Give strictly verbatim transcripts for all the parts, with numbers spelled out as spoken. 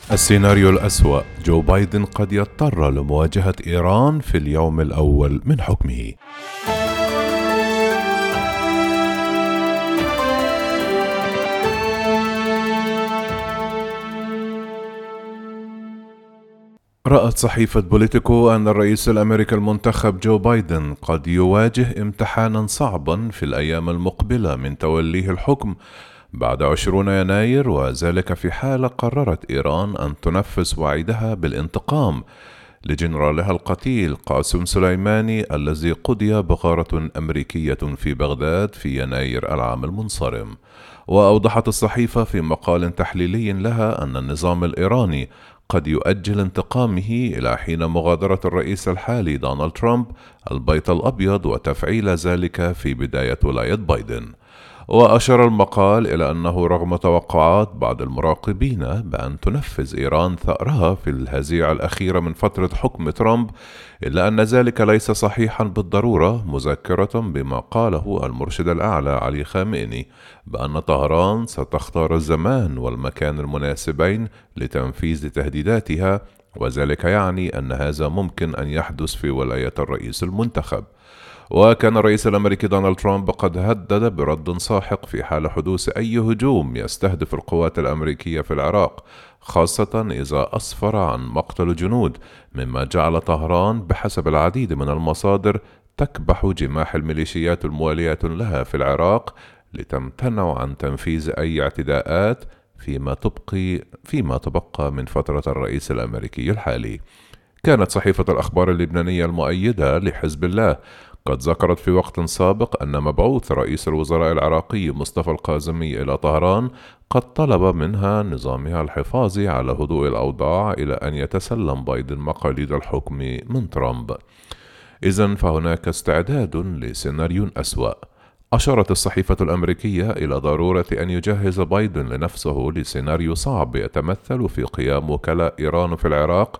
السيناريو الأسوأ: جو بايدن قد يضطر لمواجهة إيران في اليوم الأول من حكمه. رأت صحيفة بوليتيكو أن الرئيس الأمريكي المنتخب جو بايدن قد يواجه امتحانا صعبا في الأيام المقبلة من توليه الحكم بعد عشرين يناير، وذلك في حال قررت إيران أن تنفذ وعدها بالانتقام لجنرالها القتيل قاسم سليماني الذي قضي بغارة أمريكية في بغداد في يناير العام المنصرم. وأوضحت الصحيفة في مقال تحليلي لها أن النظام الإيراني قد يؤجل انتقامه إلى حين مغادرة الرئيس الحالي دونالد ترامب البيت الأبيض وتفعيل ذلك في بداية ولاية بايدن. وأشار المقال إلى أنه رغم توقعات بعض المراقبين بأن تنفذ إيران ثأرها في الهزيعة الأخيرة من فترة حكم ترامب، إلا أن ذلك ليس صحيحا بالضرورة، مذكرة بما قاله المرشد الأعلى علي خامنئي بأن طهران ستختار الزمان والمكان المناسبين لتنفيذ تهديداتها، وذلك يعني أن هذا ممكن أن يحدث في ولاية الرئيس المنتخب. وكان الرئيس الأمريكي دونالد ترامب قد هدد برد ساحق في حال حدوث أي هجوم يستهدف القوات الأمريكية في العراق، خاصة إذا أسفر عن مقتل جنود، مما جعل طهران بحسب العديد من المصادر تكبح جماح الميليشيات الموالية لها في العراق لتمتنع عن تنفيذ أي اعتداءات فيما تبقي فيما تبقى من فترة الرئيس الأمريكي الحالي. كانت صحيفة الأخبار اللبنانية المؤيدة لحزب الله قد ذكرت في وقت سابق أن مبعوث رئيس الوزراء العراقي مصطفى القازمي إلى طهران قد طلب منها نظامها الحفاظ على هدوء الأوضاع إلى أن يتسلم بايدن مقاليد الحكم من ترامب. إذن فهناك استعداد لسيناريو أسوأ. أشارت الصحيفة الأمريكية إلى ضرورة أن يجهز بايدن لنفسه لسيناريو صعب يتمثل في قيام وكلاء إيران في العراق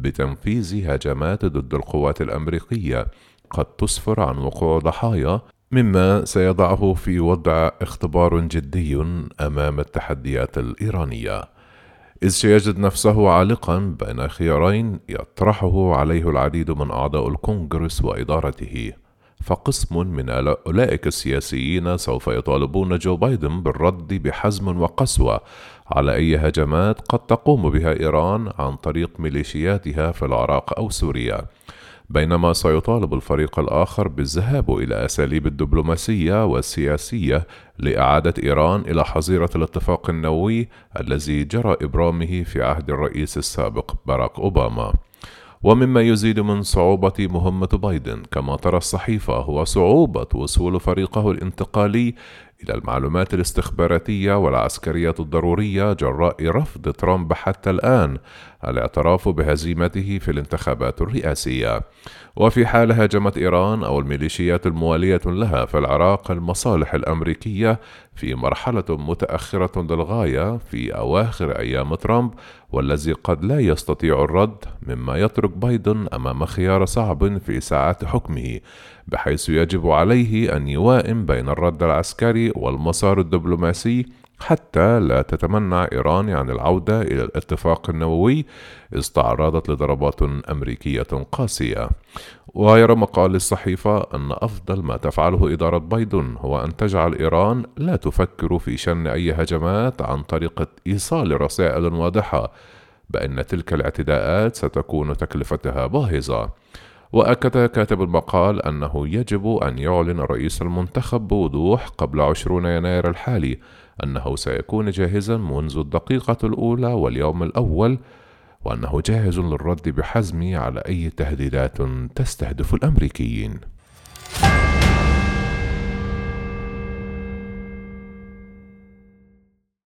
بتنفيذ هجمات ضد القوات الأمريكية قد تسفر عن وقوع ضحايا، مما سيضعه في وضع اختبار جدي أمام التحديات الإيرانية، إذ سيجد نفسه عالقا بين خيارين يطرحه عليه العديد من أعضاء الكونغرس وإدارته. فقسم من أولئك السياسيين سوف يطالبون جو بايدن بالرد بحزم وقسوة على أي هجمات قد تقوم بها إيران عن طريق ميليشياتها في العراق أو سوريا، بينما سيطالب الفريق الآخر بالذهاب إلى أساليب الدبلوماسية والسياسية لإعادة إيران إلى حظيرة الاتفاق النووي الذي جرى إبرامه في عهد الرئيس السابق باراك أوباما. ومما يزيد من صعوبة مهمة بايدن كما ترى الصحيفة هو صعوبة وصول فريقه الانتقالي إلى المعلومات الاستخباراتية والعسكرية الضرورية جراء رفض ترامب حتى الآن الاعتراف بهزيمته في الانتخابات الرئاسية. وفي حال هاجمت إيران أو الميليشيات الموالية لها في العراق المصالح الأمريكية في مرحلة متأخرة للغاية في أواخر أيام ترامب، والذي قد لا يستطيع الرد، مما يترك بايدن أمام خيار صعب في ساعات حكمه، بحيث يجب عليه أن يوائم بين الرد العسكري والمسار الدبلوماسي حتى لا تتمنع إيران عن العودة إلى الاتفاق النووي إذ تعرضت لضربات أمريكية قاسية. ويرى مقال الصحيفة أن أفضل ما تفعله إدارة بايدن هو أن تجعل إيران لا تفكر في شن أي هجمات عن طريق إيصال رسائل واضحة بأن تلك الاعتداءات ستكون تكلفتها باهظة. وأكد كاتب المقال أنه يجب أن يعلن الرئيس المنتخب بوضوح قبل عشرين يناير الحالي أنه سيكون جاهزا منذ الدقيقة الأولى واليوم الأول، وأنه جاهز للرد بحزم على أي تهديدات تستهدف الأمريكيين.